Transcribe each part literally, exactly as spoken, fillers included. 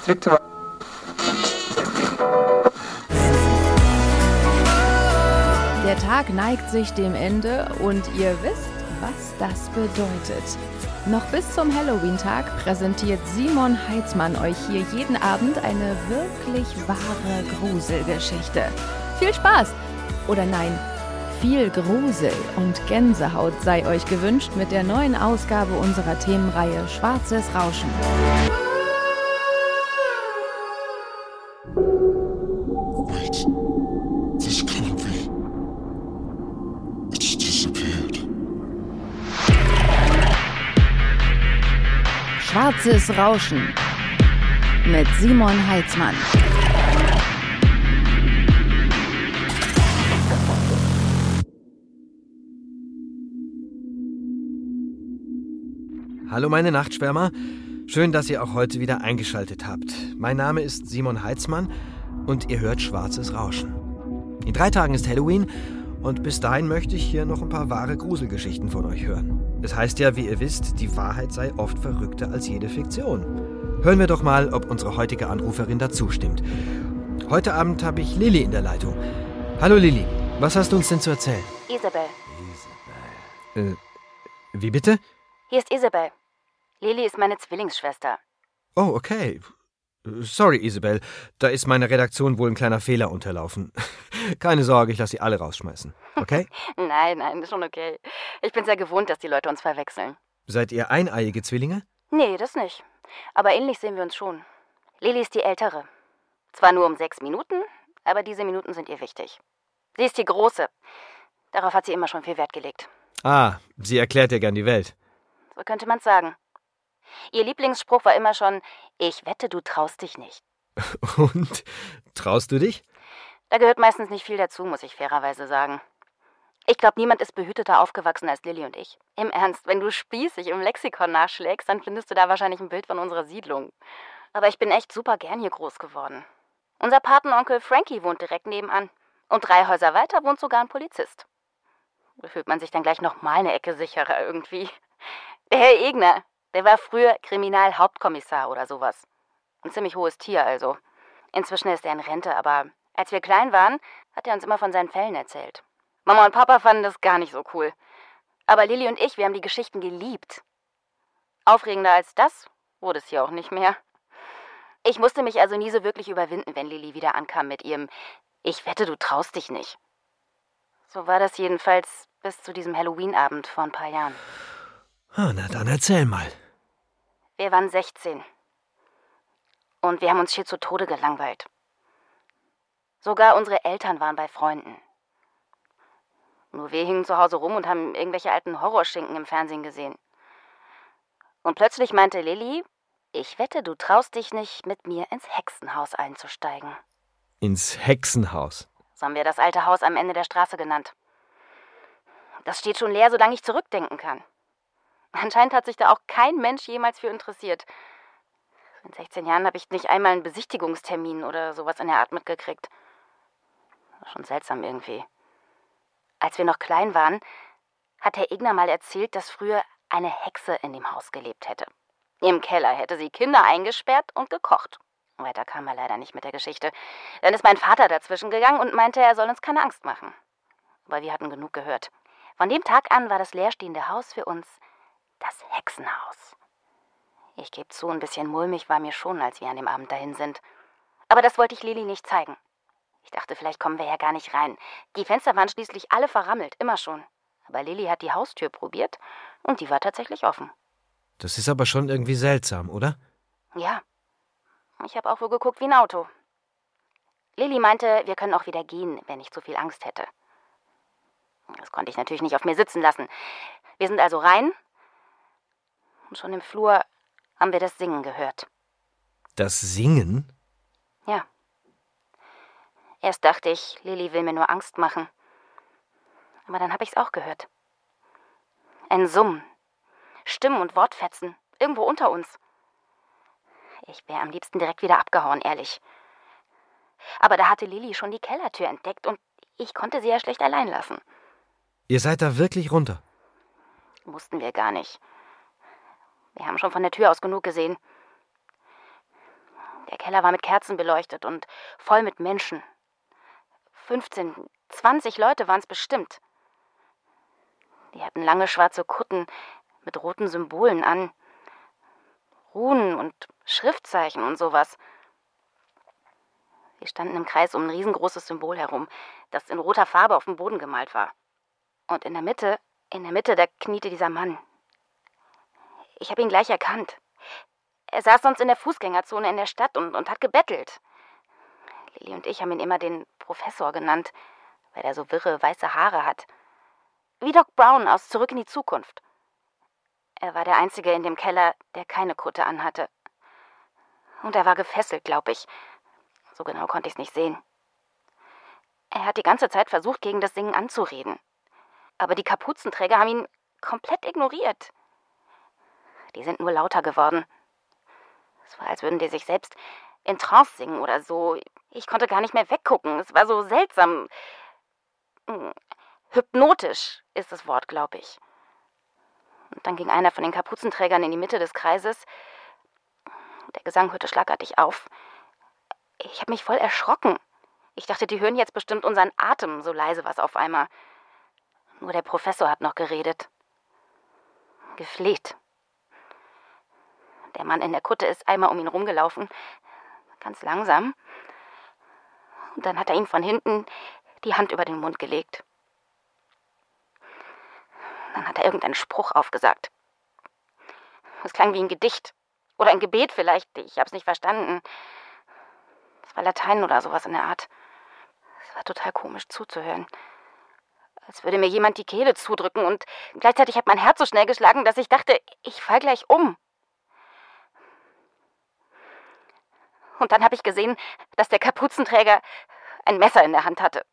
Der Tag neigt sich dem Ende und ihr wisst, was das bedeutet. Noch bis zum Halloween-Tag präsentiert Simon Heitzmann euch hier jeden Abend eine wirklich wahre Gruselgeschichte. Viel Spaß! Oder nein, viel Grusel und Gänsehaut sei euch gewünscht mit der neuen Ausgabe unserer Themenreihe Schwarzes Rauschen. Wait, this can't be. It's disappeared. Schwarzes Rauschen mit Simon Heitzmann. Hallo meine Nachtschwärmer, schön, dass ihr auch heute wieder eingeschaltet habt. Mein Name ist Simon Heitzmann und ihr hört Schwarzes Rauschen. In drei Tagen ist Halloween und bis dahin möchte ich hier noch ein paar wahre Gruselgeschichten von euch hören. Es heißt ja, wie ihr wisst, die Wahrheit sei oft verrückter als jede Fiktion. Hören wir doch mal, ob unsere heutige Anruferin dazu stimmt. Heute Abend habe ich Lilly in der Leitung. Hallo Lilly, was hast du uns denn zu erzählen? Isabel. Äh, wie bitte? Hier ist Isabel. Lilly ist meine Zwillingsschwester. Oh, okay. Sorry, Isabel. Da ist meiner Redaktion wohl ein kleiner Fehler unterlaufen. Keine Sorge, ich lasse sie alle rausschmeißen. Okay? Nein, nein, ist schon okay. Ich bin sehr gewohnt, dass die Leute uns verwechseln. Seid ihr eineiige Zwillinge? Nee, das nicht. Aber ähnlich sehen wir uns schon. Lilly ist die Ältere. Zwar nur um sechs Minuten, aber diese Minuten sind ihr wichtig. Sie ist die Große. Darauf hat sie immer schon viel Wert gelegt. Ah, sie erklärt ja gern die Welt. So könnte man's sagen. Ihr Lieblingsspruch war immer schon, ich wette, du traust dich nicht. Und? Traust du dich? Da gehört meistens nicht viel dazu, muss ich fairerweise sagen. Ich glaube, niemand ist behüteter aufgewachsen als Lilly und ich. Im Ernst, wenn du spießig im Lexikon nachschlägst, dann findest du da wahrscheinlich ein Bild von unserer Siedlung. Aber ich bin echt super gern hier groß geworden. Unser Patenonkel Frankie wohnt direkt nebenan. Und drei Häuser weiter wohnt sogar ein Polizist. Da fühlt man sich dann gleich noch mal eine Ecke sicherer irgendwie. Der Herr Egner, der war früher Kriminalhauptkommissar oder sowas. Ein ziemlich hohes Tier also. Inzwischen ist er in Rente, aber als wir klein waren, hat er uns immer von seinen Fällen erzählt. Mama und Papa fanden das gar nicht so cool. Aber Lilly und ich, wir haben die Geschichten geliebt. Aufregender als das wurde es hier auch nicht mehr. Ich musste mich also nie so wirklich überwinden, wenn Lilly wieder ankam mit ihrem Ich wette, du traust dich nicht. So war das jedenfalls bis zu diesem Halloween-Abend vor ein paar Jahren. Ah, na dann erzähl mal. Wir waren sechzehn. Und wir haben uns schier zu Tode gelangweilt. Sogar unsere Eltern waren bei Freunden. Nur wir hingen zu Hause rum und haben irgendwelche alten Horrorschinken im Fernsehen gesehen. Und plötzlich meinte Lilly, ich wette, du traust dich nicht, mit mir ins Hexenhaus einzusteigen. Ins Hexenhaus? So haben wir das alte Haus am Ende der Straße genannt. Das steht schon leer, solange ich zurückdenken kann. Anscheinend hat sich da auch kein Mensch jemals für interessiert. In sechzehn Jahren habe ich nicht einmal einen Besichtigungstermin oder sowas in der Art mitgekriegt. Schon seltsam irgendwie. Als wir noch klein waren, hat Herr Egner mal erzählt, dass früher eine Hexe in dem Haus gelebt hätte. Im Keller hätte sie Kinder eingesperrt und gekocht. Weiter kam er leider nicht mit der Geschichte. Dann ist mein Vater dazwischen gegangen und meinte, er soll uns keine Angst machen. Aber wir hatten genug gehört. Von dem Tag an war das leerstehende Haus für uns das Hexenhaus. Ich gebe zu, ein bisschen mulmig war mir schon, als wir an dem Abend dahin sind. Aber das wollte ich Lilly nicht zeigen. Ich dachte, vielleicht kommen wir ja gar nicht rein. Die Fenster waren schließlich alle verrammelt, immer schon. Aber Lilly hat die Haustür probiert und die war tatsächlich offen. Das ist aber schon irgendwie seltsam, oder? Ja. Ich habe auch wohl geguckt wie ein Auto. Lilly meinte, wir können auch wieder gehen, wenn ich zu viel Angst hätte. Das konnte ich natürlich nicht auf mir sitzen lassen. Wir sind also rein. Und schon im Flur haben wir das Singen gehört. Das Singen? Ja. Erst dachte ich, Lilly will mir nur Angst machen. Aber dann habe ich's auch gehört. Ein Summen. Stimmen und Wortfetzen. Irgendwo unter uns. Ich wäre am liebsten direkt wieder abgehauen, ehrlich. Aber da hatte Lilly schon die Kellertür entdeckt und ich konnte sie ja schlecht allein lassen. Ihr seid da wirklich runter? Mussten wir gar nicht. Wir haben schon von der Tür aus genug gesehen. Der Keller war mit Kerzen beleuchtet und voll mit Menschen. fünfzehn, zwanzig Leute waren es bestimmt. Die hatten lange schwarze Kutten mit roten Symbolen an. Runen und Schriftzeichen und sowas. Wir standen im Kreis um ein riesengroßes Symbol herum, das in roter Farbe auf dem Boden gemalt war. Und in der Mitte, in der Mitte, da kniete dieser Mann. Ich habe ihn gleich erkannt. Er saß sonst in der Fußgängerzone in der Stadt und, und hat gebettelt. Lilly und ich haben ihn immer den Professor genannt, weil er so wirre, weiße Haare hat. Wie Doc Brown aus Zurück in die Zukunft. Er war der Einzige in dem Keller, der keine Kutte anhatte. Und er war gefesselt, glaube ich. So genau konnte ich es nicht sehen. Er hat die ganze Zeit versucht, gegen das Singen anzureden. Aber die Kapuzenträger haben ihn komplett ignoriert. Die sind nur lauter geworden. Es war, als würden die sich selbst in Trance singen oder so. Ich konnte gar nicht mehr weggucken. Es war so seltsam. Hypnotisch ist das Wort, glaube ich. Und dann ging einer von den Kapuzenträgern in die Mitte des Kreises. Der Gesang hörte schlagartig auf. Ich habe mich voll erschrocken. Ich dachte, die hören jetzt bestimmt unseren Atem, so leise was auf einmal. Nur der Professor hat noch geredet. Gefleht. Der Mann in der Kutte ist einmal um ihn rumgelaufen, ganz langsam. Und dann hat er ihm von hinten die Hand über den Mund gelegt. Dann hat er irgendeinen Spruch aufgesagt. Es klang wie ein Gedicht. Oder ein Gebet vielleicht, ich hab's nicht verstanden. Es war Latein oder sowas in der Art. Es war total komisch zuzuhören. Als würde mir jemand die Kehle zudrücken und gleichzeitig hat mein Herz so schnell geschlagen, dass ich dachte, ich fall gleich um. Und dann habe ich gesehen, dass der Kapuzenträger ein Messer in der Hand hatte.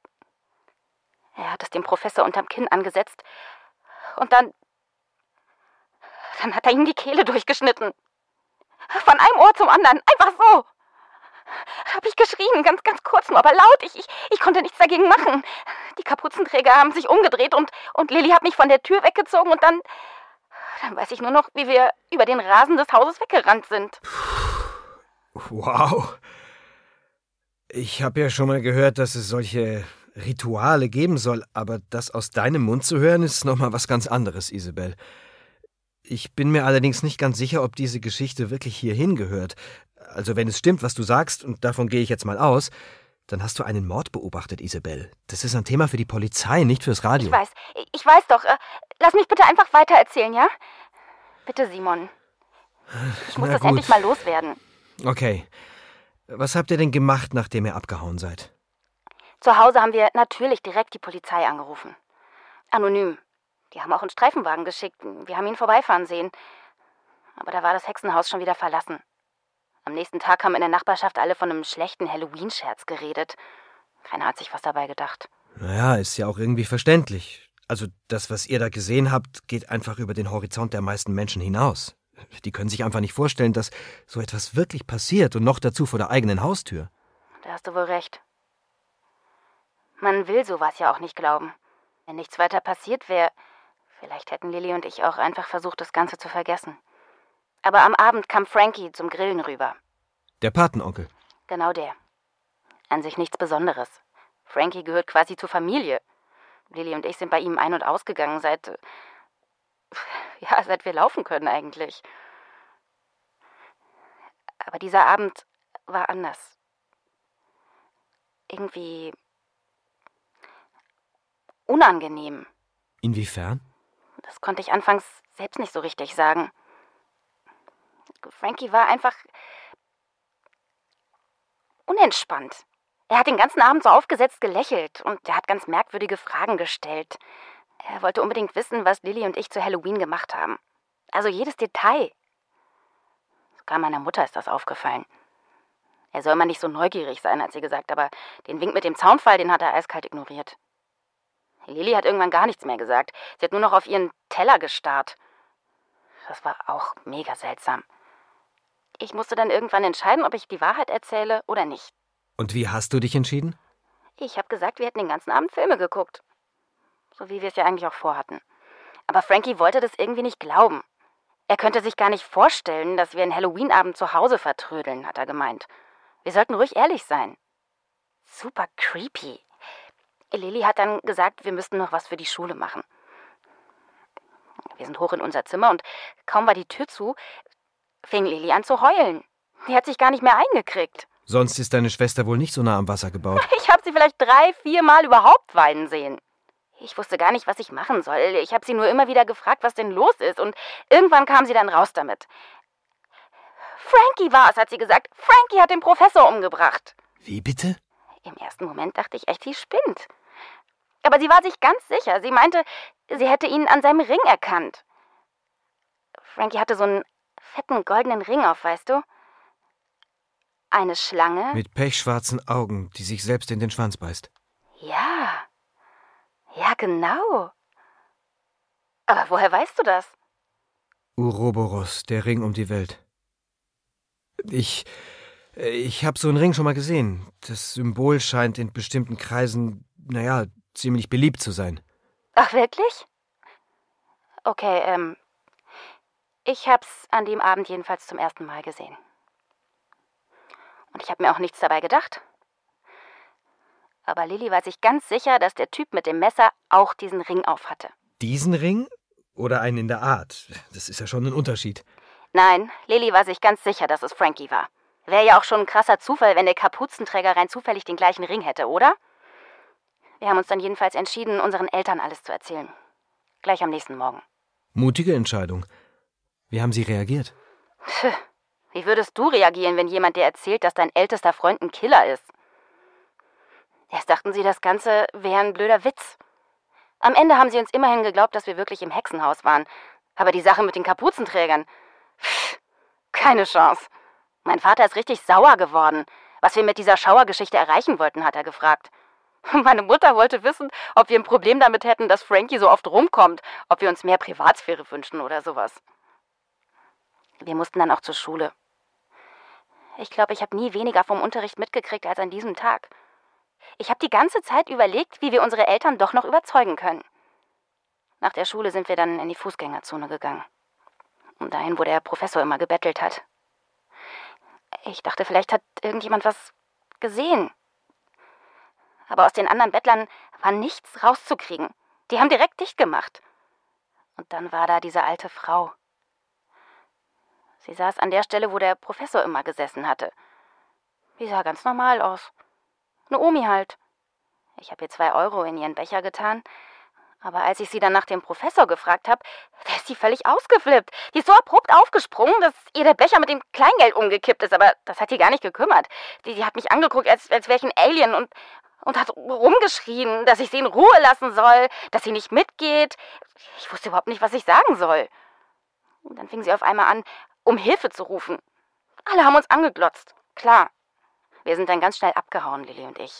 Er hat es dem Professor unterm Kinn angesetzt und dann, dann hat er ihm die Kehle durchgeschnitten. Von einem Ohr zum anderen, einfach so. Da habe ich geschrien, ganz, ganz kurz nur, aber laut. Ich, ich, ich konnte nichts dagegen machen. Die Kapuzenträger haben sich umgedreht und, und Lilly hat mich von der Tür weggezogen und dann, dann weiß ich nur noch, wie wir über den Rasen des Hauses weggerannt sind. Wow. Ich habe ja schon mal gehört, dass es solche Rituale geben soll, aber das aus deinem Mund zu hören, ist nochmal was ganz anderes, Isabel. Ich bin mir allerdings nicht ganz sicher, ob diese Geschichte wirklich hierhin gehört. Also wenn es stimmt, was du sagst, und davon gehe ich jetzt mal aus, dann hast du einen Mord beobachtet, Isabel. Das ist ein Thema für die Polizei, nicht fürs Radio. Ich weiß, ich weiß doch. Lass mich bitte einfach weitererzählen, ja? Bitte, Simon. Ich muss das endlich mal loswerden. Okay. Was habt ihr denn gemacht, nachdem ihr abgehauen seid? Zu Hause haben wir natürlich direkt die Polizei angerufen. Anonym. Die haben auch einen Streifenwagen geschickt. Wir haben ihn vorbeifahren sehen. Aber da war das Hexenhaus schon wieder verlassen. Am nächsten Tag haben in der Nachbarschaft alle von einem schlechten Halloween-Scherz geredet. Keiner hat sich was dabei gedacht. Naja, ist ja auch irgendwie verständlich. Also das, was ihr da gesehen habt, geht einfach über den Horizont der meisten Menschen hinaus. Die können sich einfach nicht vorstellen, dass so etwas wirklich passiert und noch dazu vor der eigenen Haustür. Da hast du wohl recht. Man will sowas ja auch nicht glauben. Wenn nichts weiter passiert wäre, vielleicht hätten Lilly und ich auch einfach versucht, das Ganze zu vergessen. Aber am Abend kam Frankie zum Grillen rüber. Der Patenonkel? Genau der. An sich nichts Besonderes. Frankie gehört quasi zur Familie. Lilly und ich sind bei ihm ein- und ausgegangen seit... Ja, seit wir laufen können eigentlich. Aber dieser Abend war anders. Irgendwie unangenehm. Inwiefern? Das konnte ich anfangs selbst nicht so richtig sagen. Frankie war einfach unentspannt. Er hat den ganzen Abend so aufgesetzt gelächelt und er hat ganz merkwürdige Fragen gestellt. Er wollte unbedingt wissen, was Lilly und ich zu Halloween gemacht haben. Also jedes Detail. Sogar meiner Mutter ist das aufgefallen. Er soll mal nicht so neugierig sein, hat sie gesagt, aber den Wink mit dem Zaunfall, den hat er eiskalt ignoriert. Lilly hat irgendwann gar nichts mehr gesagt. Sie hat nur noch auf ihren Teller gestarrt. Das war auch mega seltsam. Ich musste dann irgendwann entscheiden, ob ich die Wahrheit erzähle oder nicht. Und wie hast du dich entschieden? Ich habe gesagt, wir hätten den ganzen Abend Filme geguckt. So wie wir es ja eigentlich auch vorhatten. Aber Frankie wollte das irgendwie nicht glauben. Er könnte sich gar nicht vorstellen, dass wir einen Halloween-Abend zu Hause vertrödeln, hat er gemeint. Wir sollten ruhig ehrlich sein. Super creepy. Lilly hat dann gesagt, wir müssten noch was für die Schule machen. Wir sind hoch in unser Zimmer und kaum war die Tür zu, fing Lilly an zu heulen. Die hat sich gar nicht mehr eingekriegt. Sonst ist deine Schwester wohl nicht so nah am Wasser gebaut. Ich habe sie vielleicht drei, vier Mal überhaupt weinen sehen. Ich wusste gar nicht, was ich machen soll. Ich habe sie nur immer wieder gefragt, was denn los ist. Und irgendwann kam sie dann raus damit. Frankie war es, hat sie gesagt. Frankie hat den Professor umgebracht. Wie bitte? Im ersten Moment dachte ich echt, sie spinnt. Aber sie war sich ganz sicher. Sie meinte, sie hätte ihn an seinem Ring erkannt. Frankie hatte so einen fetten goldenen Ring auf, weißt du? Eine Schlange. Mit pechschwarzen Augen, die sich selbst in den Schwanz beißt. Ja. Ja, genau. Aber woher weißt du das? Uroboros, der Ring um die Welt. Ich... Ich habe so einen Ring schon mal gesehen. Das Symbol scheint in bestimmten Kreisen, naja, ziemlich beliebt zu sein. Ach, wirklich? Okay, ähm... Ich hab's an dem Abend jedenfalls zum ersten Mal gesehen. Und ich habe mir auch nichts dabei gedacht. Aber Lilly war sich ganz sicher, dass der Typ mit dem Messer auch diesen Ring aufhatte. Diesen Ring? Oder einen in der Art? Das ist ja schon ein Unterschied. Nein, Lilly war sich ganz sicher, dass es Frankie war. Wäre ja auch schon ein krasser Zufall, wenn der Kapuzenträger rein zufällig den gleichen Ring hätte, oder? Wir haben uns dann jedenfalls entschieden, unseren Eltern alles zu erzählen. Gleich am nächsten Morgen. Mutige Entscheidung. Wie haben Sie reagiert? Puh, wie würdest du reagieren, wenn jemand dir erzählt, dass dein ältester Freund ein Killer ist? Erst dachten sie, das Ganze wäre ein blöder Witz. Am Ende haben sie uns immerhin geglaubt, dass wir wirklich im Hexenhaus waren. Aber die Sache mit den Kapuzenträgern, pff, keine Chance. Mein Vater ist richtig sauer geworden. Was wir mit dieser Schauergeschichte erreichen wollten, hat er gefragt. Meine Mutter wollte wissen, ob wir ein Problem damit hätten, dass Frankie so oft rumkommt, ob wir uns mehr Privatsphäre wünschen oder sowas. Wir mussten dann auch zur Schule. Ich glaube, ich habe nie weniger vom Unterricht mitgekriegt als an diesem Tag. Ich habe die ganze Zeit überlegt, wie wir unsere Eltern doch noch überzeugen können. Nach der Schule sind wir dann in die Fußgängerzone gegangen. Und dahin, wo der Professor immer gebettelt hat. Ich dachte, vielleicht hat irgendjemand was gesehen. Aber aus den anderen Bettlern war nichts rauszukriegen. Die haben direkt dicht gemacht. Und dann war da diese alte Frau. Sie saß an der Stelle, wo der Professor immer gesessen hatte. Die sah ganz normal aus. Eine Omi halt. Ich habe ihr zwei Euro in ihren Becher getan. Aber als ich sie dann nach dem Professor gefragt habe, da ist sie völlig ausgeflippt. Die ist so abrupt aufgesprungen, dass ihr der Becher mit dem Kleingeld umgekippt ist. Aber das hat die gar nicht gekümmert. Die, die hat mich angeguckt, als, als wäre ich ein Alien und, und hat rumgeschrien, dass ich sie in Ruhe lassen soll, dass sie nicht mitgeht. Ich wusste überhaupt nicht, was ich sagen soll. Und dann fing sie auf einmal an, um Hilfe zu rufen. Alle haben uns angeglotzt. Klar. Wir sind dann ganz schnell abgehauen, Lilly und ich.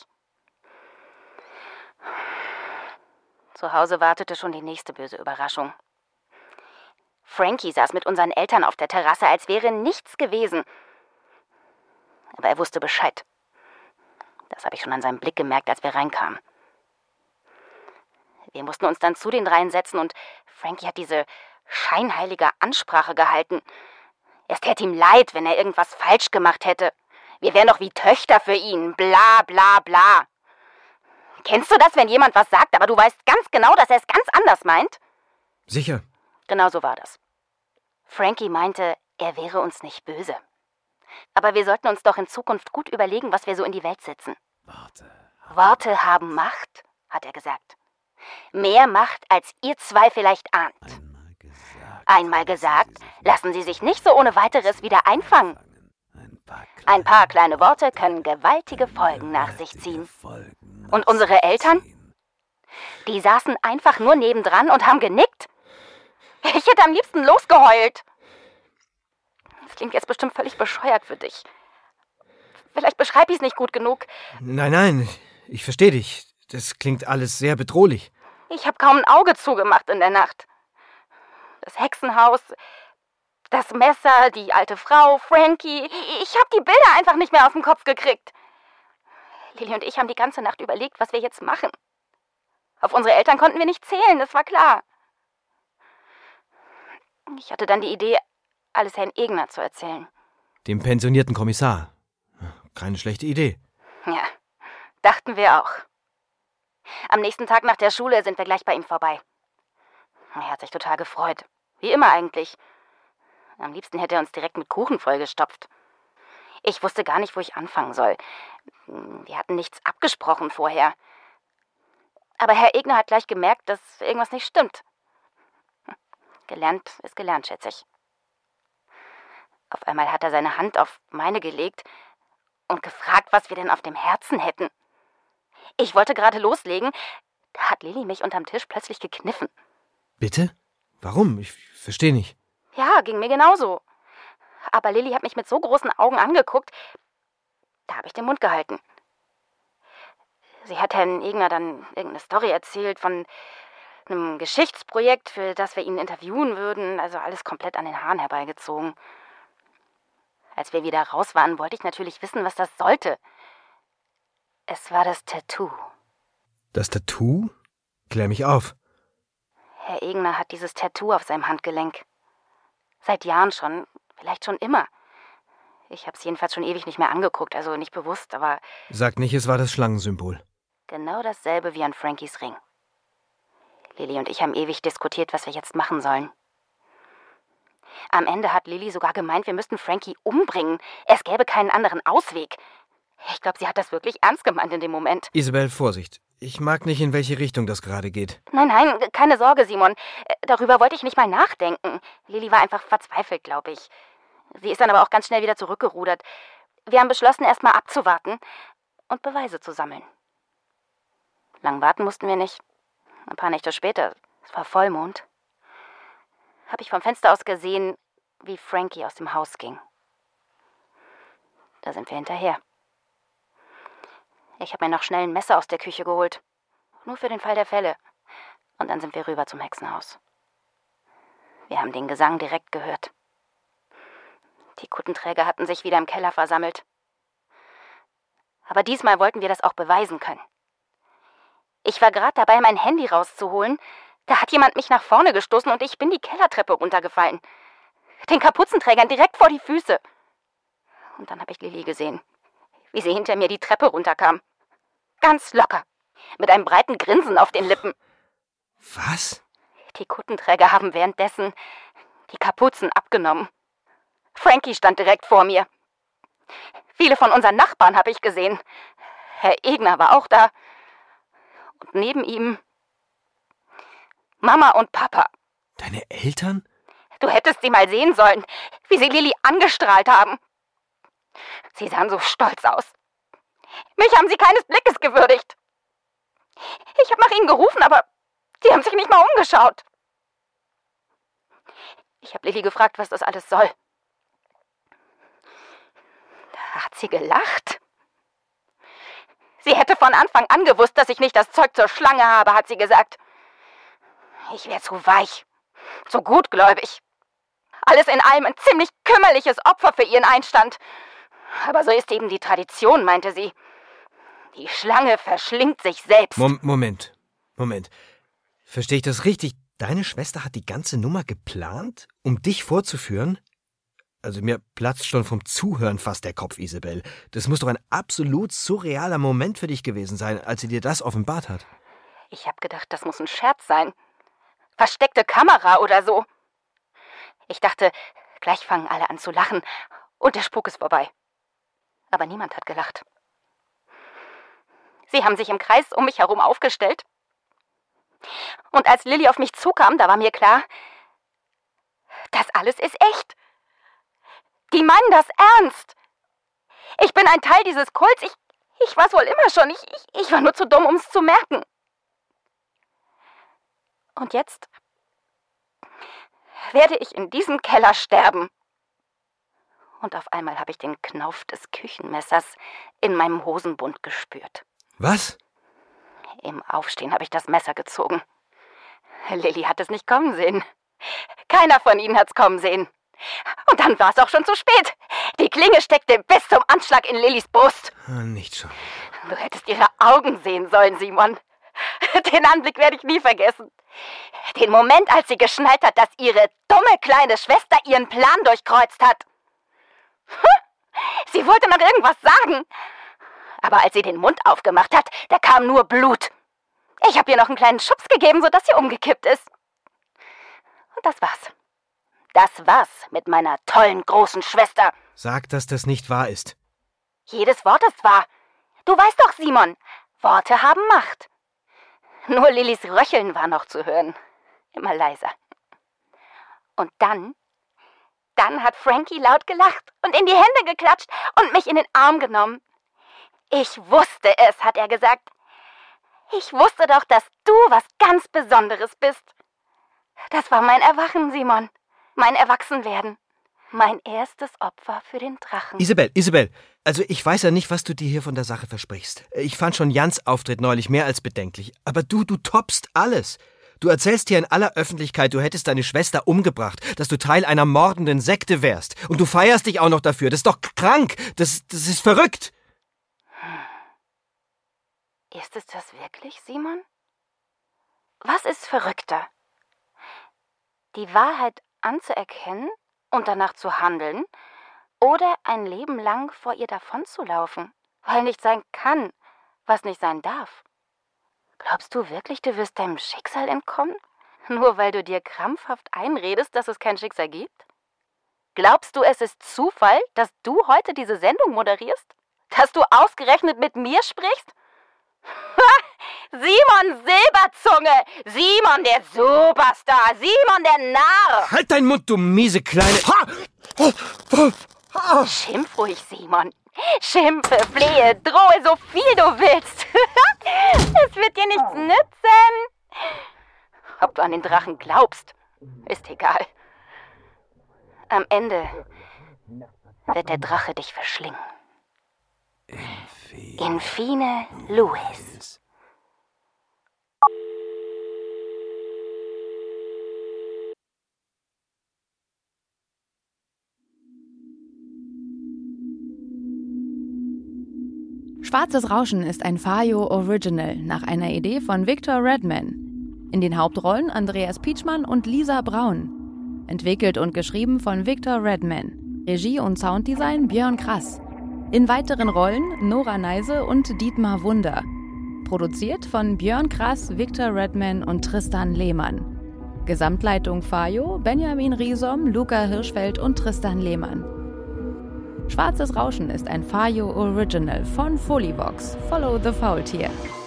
Zu Hause wartete schon die nächste böse Überraschung. Frankie saß mit unseren Eltern auf der Terrasse, als wäre nichts gewesen. Aber er wusste Bescheid. Das habe ich schon an seinem Blick gemerkt, als wir reinkamen. Wir mussten uns dann zu den dreien setzen und Frankie hat diese scheinheilige Ansprache gehalten. Es täte ihm leid, wenn er irgendwas falsch gemacht hätte. Wir wären doch wie Töchter für ihn. Bla, bla, bla. Kennst du das, wenn jemand was sagt, aber du weißt ganz genau, dass er es ganz anders meint? Sicher. Genau so war das. Frankie meinte, er wäre uns nicht böse. Aber wir sollten uns doch in Zukunft gut überlegen, was wir so in die Welt setzen. Worte. Worte haben Macht, hat er gesagt. Mehr Macht, als ihr zwei vielleicht ahnt. Einmal gesagt, Einmal gesagt, lassen Sie sich nicht so ohne weiteres wieder einfangen. Ein paar, Ein paar kleine Worte können gewaltige Folgen nach sich ziehen. Und unsere Eltern? Die saßen einfach nur nebendran und haben genickt. Ich hätte am liebsten losgeheult. Das klingt jetzt bestimmt völlig bescheuert für dich. Vielleicht beschreibe ich es nicht gut genug. Nein, nein, ich verstehe dich. Das klingt alles sehr bedrohlich. Ich habe kaum ein Auge zugemacht in der Nacht. Das Hexenhaus, das Messer, die alte Frau, Frankie. Ich habe die Bilder einfach nicht mehr aus dem Kopf gekriegt. Lilly und ich haben die ganze Nacht überlegt, was wir jetzt machen. Auf unsere Eltern konnten wir nicht zählen, das war klar. Ich hatte dann die Idee, alles Herrn Egner zu erzählen. Dem pensionierten Kommissar. Keine schlechte Idee. Ja, dachten wir auch. Am nächsten Tag nach der Schule sind wir gleich bei ihm vorbei. Er hat sich total gefreut. Wie immer eigentlich. Am liebsten hätte er uns direkt mit Kuchen vollgestopft. Ich wusste gar nicht, wo ich anfangen soll. Wir hatten nichts abgesprochen vorher. Aber Herr Egner hat gleich gemerkt, dass irgendwas nicht stimmt. Gelernt ist gelernt, schätze ich. Auf einmal hat er seine Hand auf meine gelegt und gefragt, was wir denn auf dem Herzen hätten. Ich wollte gerade loslegen, da hat Lilly mich unterm Tisch plötzlich gekniffen. Bitte? Warum? Ich verstehe nicht. Ja, ging mir genauso. Aber Lilly hat mich mit so großen Augen angeguckt, da habe ich den Mund gehalten. Sie hat Herrn Egner dann irgendeine Story erzählt von einem Geschichtsprojekt, für das wir ihn interviewen würden, also alles komplett an den Haaren herbeigezogen. Als wir wieder raus waren, wollte ich natürlich wissen, was das sollte. Es war das Tattoo. Das Tattoo? Klär mich auf. Herr Egner hat dieses Tattoo auf seinem Handgelenk. Seit Jahren schon, vielleicht schon immer. Ich habe es jedenfalls schon ewig nicht mehr angeguckt, also nicht bewusst, aber... Sag nicht, es war das Schlangensymbol. Genau dasselbe wie an Frankies Ring. Lilly und ich haben ewig diskutiert, was wir jetzt machen sollen. Am Ende hat Lilly sogar gemeint, wir müssten Frankie umbringen. Es gäbe keinen anderen Ausweg. Ich glaube, sie hat das wirklich ernst gemeint in dem Moment. Isabel, Vorsicht. Ich mag nicht, in welche Richtung das gerade geht. Nein, nein, keine Sorge, Simon. Darüber wollte ich nicht mal nachdenken. Lilly war einfach verzweifelt, glaube ich. Sie ist dann aber auch ganz schnell wieder zurückgerudert. Wir haben beschlossen, erst mal abzuwarten und Beweise zu sammeln. Lang warten mussten wir nicht. Ein paar Nächte später, es war Vollmond, habe ich vom Fenster aus gesehen, wie Frankie aus dem Haus ging. Da sind wir hinterher. Ich habe mir noch schnell ein Messer aus der Küche geholt. Nur für den Fall der Fälle. Und dann sind wir rüber zum Hexenhaus. Wir haben den Gesang direkt gehört. Die Kuttenträger hatten sich wieder im Keller versammelt. Aber diesmal wollten wir das auch beweisen können. Ich war gerade dabei, mein Handy rauszuholen. Da hat jemand mich nach vorne gestoßen und ich bin die Kellertreppe runtergefallen. Den Kapuzenträgern direkt vor die Füße. Und dann habe ich Lilly gesehen, wie sie hinter mir die Treppe runterkam. Ganz locker, mit einem breiten Grinsen auf den Lippen. Was? Die Kuttenträger haben währenddessen die Kapuzen abgenommen. Frankie stand direkt vor mir. Viele von unseren Nachbarn habe ich gesehen. Herr Egner war auch da. Und neben ihm Mama und Papa. Deine Eltern? Du hättest sie mal sehen sollen, wie sie Lilly angestrahlt haben. Sie sahen so stolz aus. Mich haben sie keines Blickes gewürdigt. Ich habe nach ihnen gerufen, aber sie haben sich nicht mal umgeschaut. Ich habe Lilly gefragt, was das alles soll. Da hat sie gelacht. Sie hätte von Anfang an gewusst, dass ich nicht das Zeug zur Schlange habe, hat sie gesagt. Ich wäre zu weich, zu gutgläubig. Alles in allem ein ziemlich kümmerliches Opfer für ihren Einstand. Aber so ist eben die Tradition, meinte sie. Die Schlange verschlingt sich selbst. Mom- Moment, Moment. Verstehe ich das richtig? Deine Schwester hat die ganze Nummer geplant, um dich vorzuführen? Also mir platzt schon vom Zuhören fast der Kopf, Isabel. Das muss doch ein absolut surrealer Moment für dich gewesen sein, als sie dir das offenbart hat. Ich habe gedacht, das muss ein Scherz sein. Versteckte Kamera oder so. Ich dachte, gleich fangen alle an zu lachen und der Spuk ist vorbei. Aber niemand hat gelacht. Sie haben sich im Kreis um mich herum aufgestellt. Und als Lilly auf mich zukam, da war mir klar, das alles ist echt. Die meinen das ernst. Ich bin ein Teil dieses Kults. Ich, ich war es wohl immer schon. Ich, ich, ich war nur zu dumm, um es zu merken. Und jetzt werde ich in diesem Keller sterben. Und auf einmal habe ich den Knauf des Küchenmessers in meinem Hosenbund gespürt. Was? Im Aufstehen habe ich das Messer gezogen. Lilly hat es nicht kommen sehen. Keiner von ihnen hat es kommen sehen. Und dann war es auch schon zu spät. Die Klinge steckte bis zum Anschlag in Lillys Brust. Nicht schon. Du hättest ihre Augen sehen sollen, Simon. Den Anblick werde ich nie vergessen. Den Moment, als sie geschnallt hat, dass ihre dumme kleine Schwester ihren Plan durchkreuzt hat. Sie wollte noch irgendwas sagen. Aber als sie den Mund aufgemacht hat, da kam nur Blut. Ich habe ihr noch einen kleinen Schubs gegeben, sodass sie umgekippt ist. Und das war's. Das war's mit meiner tollen großen Schwester. Sag, dass das nicht wahr ist. Jedes Wort ist wahr. Du weißt doch, Simon, Worte haben Macht. Nur Lillys Röcheln war noch zu hören. Immer leiser. Und dann, dann hat Frankie laut gelacht und in die Hände geklatscht und mich in den Arm genommen. Ich wusste es, hat er gesagt. Ich wusste doch, dass du was ganz Besonderes bist. Das war mein Erwachen, Simon. Mein Erwachsenwerden. Mein erstes Opfer für den Drachen. Isabel, Isabel, also ich weiß ja nicht, was du dir hier von der Sache versprichst. Ich fand schon Jans Auftritt neulich mehr als bedenklich. Aber du, du toppst alles. Du erzählst hier in aller Öffentlichkeit, du hättest deine Schwester umgebracht, dass du Teil einer mordenden Sekte wärst. Und du feierst dich auch noch dafür. Das ist doch krank. Das, das ist verrückt. Ist es das wirklich, Simon? Was ist verrückter? Die Wahrheit anzuerkennen und danach zu handeln oder ein Leben lang vor ihr davonzulaufen, weil nicht sein kann, was nicht sein darf? Glaubst du wirklich, du wirst deinem Schicksal entkommen, nur weil du dir krampfhaft einredest, dass es kein Schicksal gibt? Glaubst du, es ist Zufall, dass du heute diese Sendung moderierst? Dass du ausgerechnet mit mir sprichst? Simon Silberzunge! Simon der Superstar! Simon der Narr! Halt deinen Mund, du miese kleine... Ha! Oh, oh, oh. Schimpf ruhig, Simon. Schimpfe, flehe, drohe so viel du willst. Es wird dir nichts nützen. Ob du an den Drachen glaubst, ist egal. Am Ende wird der Drache dich verschlingen. Infine Lewis. Schwarzes Rauschen ist ein Fajo Original nach einer Idee von Victor Redman. In den Hauptrollen Andreas Pietschmann und Lisa Braun. Entwickelt und geschrieben von Victor Redman. Regie und Sounddesign Björn Krass. In weiteren Rollen Nora Neise und Dietmar Wunder. Produziert von Björn Krass, Victor Redman und Tristan Lehmann. Gesamtleitung Fajo, Benjamin Riesom, Luca Hirschfeld und Tristan Lehmann. Schwarzes Rauschen ist ein Fajo Original von Folivox. Follow the Faultier.